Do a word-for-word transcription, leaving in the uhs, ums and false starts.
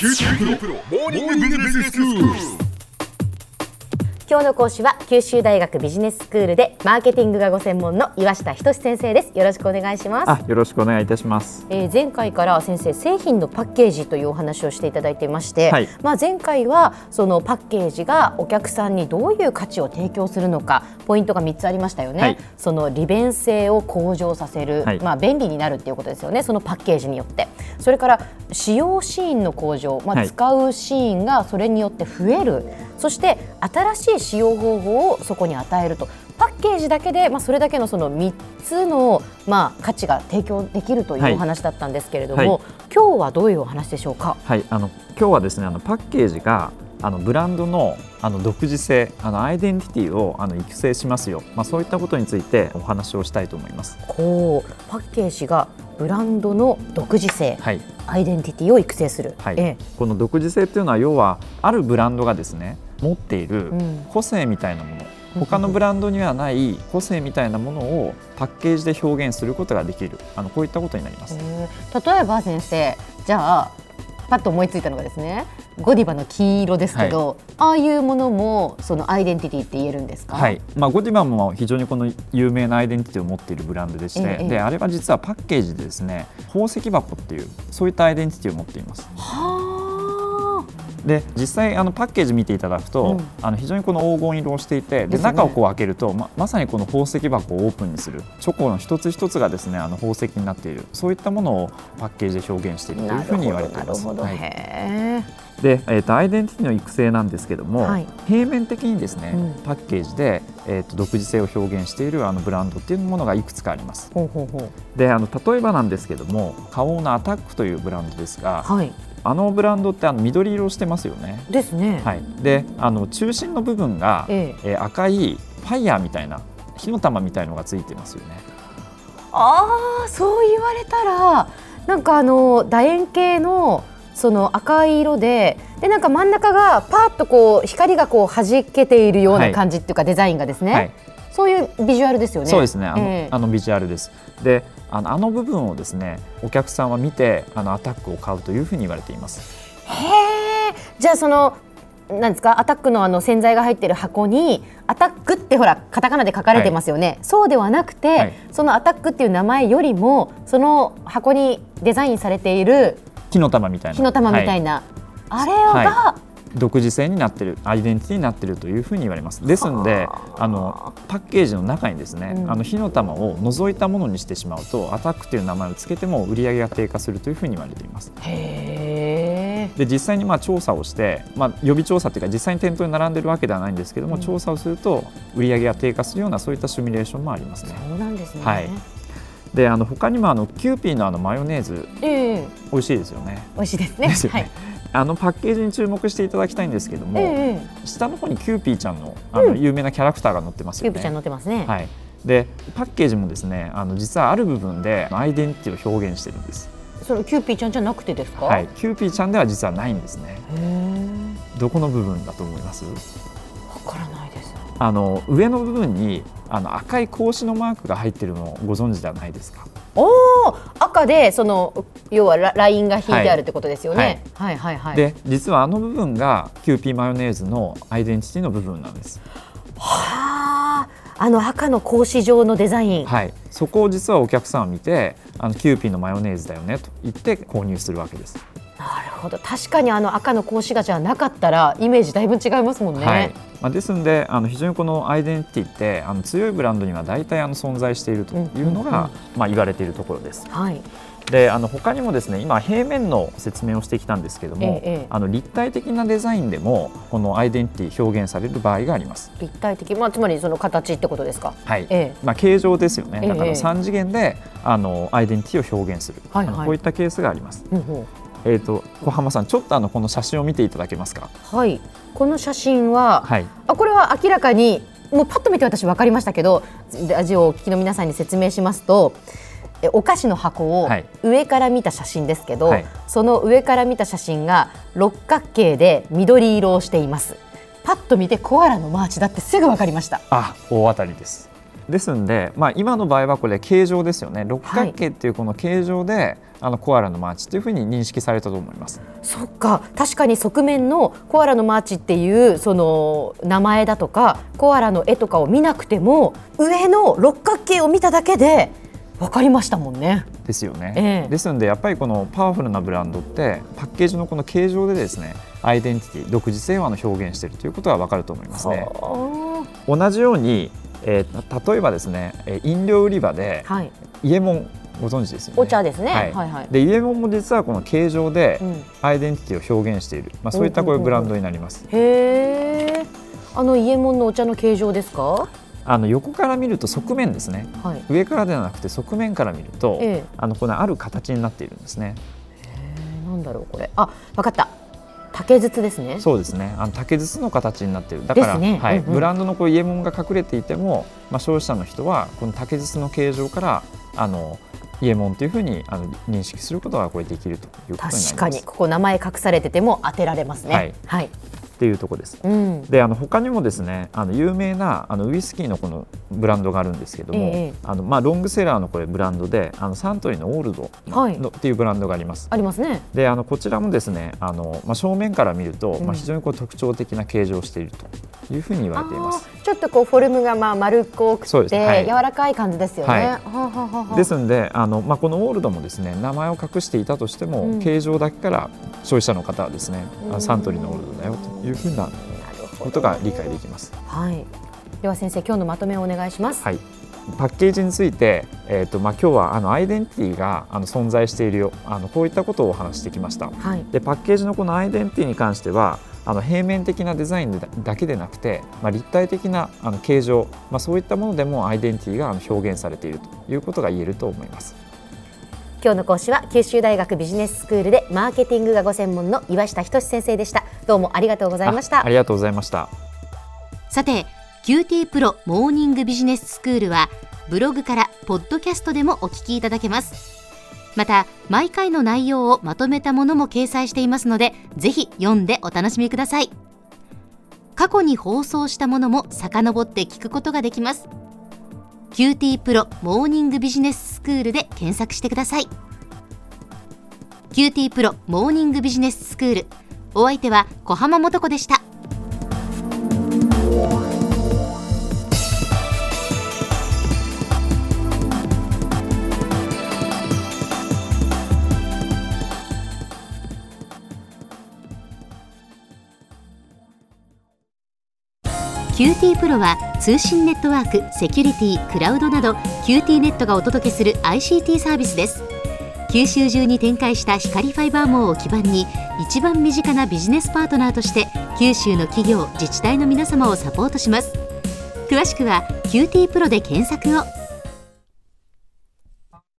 キューティープロモーニングビジネススクール。 今日の講師は九州大学ビジネススクールでマーケティングがご専門の岩下仁先生です。よろしくお願いします。 あ、よろしくお願いいたします。 えー、前回から先生、製品のパッケージというお話をしていただいていまして、はい、まあ、前回はそのパッケージがお客さんにどういう価値を提供するのか、ポイントがみっつありましたよね。はい、その利便性を向上させる、はい、まあ、便利になるっていうことですよね、そのパッケージによって。それから使用シーンの向上、まあ、使うシーンがそれによって増える、はい、そして新しい使用方法をそこに与えると、パッケージだけで、まあ、それだけのそのみっつの、まあ、価値が提供できるというお話だったんですけれども、はいはい、今日はどういうお話でしょうか。 はい、あの今日はですね、あのパッケージがあのブランドのあの独自性、あのアイデンティティをあの育成しますよ、まあ、そういったことについてお話をしたいと思います。 こうパッケージがブランドの独自性、はい、アイデンティティを育成する、 はい、ええ、この独自性というのは要はあるブランドがですね持っている個性みたいなもの、うん、他のブランドにはない個性みたいなものをパッケージで表現することができる、あのこういったことになります。 例えば先生、じゃあパッと思いついたのがですね、ゴディバの黄色ですけど、はい、ああいうものもそのアイデンティティって言えるんですか。 はい、まあ、ゴディバも非常にこの有名なアイデンティティを持っているブランドでして、ええ、であれは実はパッケージでですね、宝石箱っていうそういったアイデンティティを持っています。 はで実際あのパッケージ見ていただくと、うん、あの非常にこの黄金色をしていて、で中をこう開けると ま, まさにこの宝石箱をオープンにする、チョコの一つ一つがですねあの宝石になっている、そういったものをパッケージで表現しているというふうに言われています。 なるほど、 はい、 へー。 で、えー、とアイデンティティの育成なんですけども、はい、平面的にですね、うん、パッケージで、えー、と独自性を表現しているあのブランドっていうものがいくつかあります。 ほうほうほう。 であの例えばなんですけども、花王のアタックというブランドですが、はい、あのブランドってあの緑色をしてますよね。 ですね。 はい、であの中心の部分が、えええー、赤いファイヤーみたいな火の玉みたいのがついてますよね。 ああ、そう言われたらなんかあの楕円形のその赤い色で、でなんか真ん中がパーッとこう光がこう弾けているような感じっていうか、はい、デザインがですね、はい、そういうビジュアルですよね。 そうですね、あの、えー、あのビジュアルです。であの、あの部分をですねお客さんは見てあのアタックを買うというふうに言われています。 へー。じゃあそのなんですか、アタックのあの洗剤が入っている箱にアタックってほらカタカナで書かれてますよね。はい、そうではなくて、はい、そのアタックっていう名前よりもその箱にデザインされている火の玉みたいな火の玉みたいな、はい、あれが、はい、 独自性になっている、アイデンティティになっているというふうに言われます。ですのであのパッケージの中にですね、うん、あの火の玉を除いたものにしてしまうと、アタックという名前をつけても売り上げが低下するというふうに言われています。 へー。 で実際にまあ調査をして、まあ、予備調査というか実際に店頭に並んでいるわけではないんですけども、うん、調査をすると売り上げが低下するようなそういったシミュレーションもありますね。 そうなんですね。 はい、であの他にもあのキューピーのあのマヨネーズ、えー、美味しいですよね。 美味しいですね。 ですよね。 はい、 あのパッケージに注目していただきたいんですけども、えー、下の方にキューピーちゃんの、あの有名なキャラクターが載ってますよね。 キューピーちゃん載ってますね。 はい、でパッケージもですね、あの実はある部分でアイデンティティを表現しているんです。 そのキューピーちゃんじゃなくてですか。 はい、キューピーちゃんでは実はないんですね。 へー。 どこの部分だと思います？ わからないです。 あの上の部分にあの赤い格子のマークが入っているのをご存知ではないですか？ おー、赤でその要はラインが引いてあるってことですよね。はいはいはいはい。 で実はあの部分がキューピーマヨネーズのアイデンティティの部分なんです。 はあ、あの赤の格子状のデザイン。 はい、そこを実はお客さんを見て、あのキューピーのマヨネーズだよねと言って購入するわけです。 なるほど、確かにあの赤の格子がじゃなかったらイメージだいぶ違いますもんね。 はい、まあ、ですのであの非常にこのアイデンティティってあの強いブランドには大体あの存在しているというのが、うんうんうん、まあ、言われているところです。 はい、 であの他にもですね、今平面の説明をしてきたんですけども、ええ、あの立体的なデザインでもこのアイデンティティ表現される場合があります。 立体的、まあ、つまりその形ってことですか。 はい、ええ、まあ、形状ですよね。だからさん次元であのアイデンティティを表現する、はいはい、あのこういったケースがあります。うんうん、えーと、小浜さん、ちょっとあのこの写真を見ていただけますか。 はい、この写真は、はい、あこれは明らかにもうパッと見て私分かりましたけど、ラジオをお聞きの皆さんに説明しますと、お菓子の箱を上から見た写真ですけど、はい、その上から見た写真が六角形で緑色をしています。パッと見てコアラのマーチだってすぐ分かりました。 あ、大当たりです。 ですんで、まあ、今の場合はこれ形状ですよね。六角形っていうこの形状で、はい、あのコアラのマーチというふうに認識されたと思います。 そっか、確かに側面のコアラのマーチっていうその名前だとかコアラの絵とかを見なくても上の六角形を見ただけで分かりましたもんね。 ですよね、 ええ、 ですのでやっぱりこのパワフルなブランドってパッケージのこの形状でですねアイデンティティ、独自性を表現しているということが分かると思いますね。同じように、えー、例えばですね飲料売り場で、はい、伊右衛門ご存知ですよね。 お茶ですね、 はいはいはい、で伊右衛門も実はこの形状でアイデンティティを表現している、まあ、そういったこういうブランドになります。 へー、あの伊右衛門のお茶の形状ですか？ あの横から見ると側面ですね、はい、上からではなくて側面から見ると、ええ、あのこのある形になっているんですね。 へー、なんだろうこれ。あ、分かった、竹筒ですね。 そうですね、あの竹筒の形になっている。だから、ね、はい、うんうん、ブランドのこう伊右衛門が隠れていても、まあ、消費者の人はこの竹筒の形状からあの伊右衛門というふうにあの認識することがこれできるということになります。 確かにここ名前隠されてても当てられますね。はい、はい、 っていうところです。うん、であの他にもですねあの有名なあのウイスキーのこのブランドがあるんですけども、ええ、あのまあ、ロングセラーのこれブランドであのサントリーのオールドの、はい、っていうブランドがあります。 ありますね。 であのこちらもですねあの、まあ、正面から見ると、うん、まあ、非常にこう特徴的な形状をしているというふうに言われています。 ちょっとこうフォルムがまあ丸っこくて、はい、柔らかい感じですよね。はい、はははですのであの、まあ、このオールドもですね名前を隠していたとしても、うん、形状だけから消費者の方はですね、うん、サントリーのオールドだよというふうなことが理解できます。 はい、では先生、今日のまとめをお願いします。 はい、パッケージについて、えーとまあ、今日はあのアイデンティティがあの存在しているよ、あのこういったことをお話してきました。はい、でパッケージのこのアイデンティティに関してはあの平面的なデザインだけでなくて、まあ、立体的なあの形状、まあ、そういったものでもアイデンティティが表現されているということが言えると思います。 今日の講師は九州大学ビジネススクールでマーケティングがご専門の岩下仁先生でした。どうもありがとうございました。 あ, ありがとうございました。 さて キューティー プロモーニングビジネススクールはブログからポッドキャストでもお聞きいただけます。また毎回の内容をまとめたものも掲載していますので、ぜひ読んでお楽しみください。過去に放送したものも遡って聞くことができます。キューティー プロモーニングビジネススクールで検索してください。キューティー プロモーニングビジネススクール、お相手は小浜もとこでした。キューティー プロは通信ネットワーク、セキュリティ、クラウドなど キューティー ネットがお届けする アイシーティー サービスです。九州中に展開した光ファイバー網を基盤に一番身近なビジネスパートナーとして九州の企業、自治体の皆様をサポートします。詳しくは キューティー プロで検索を。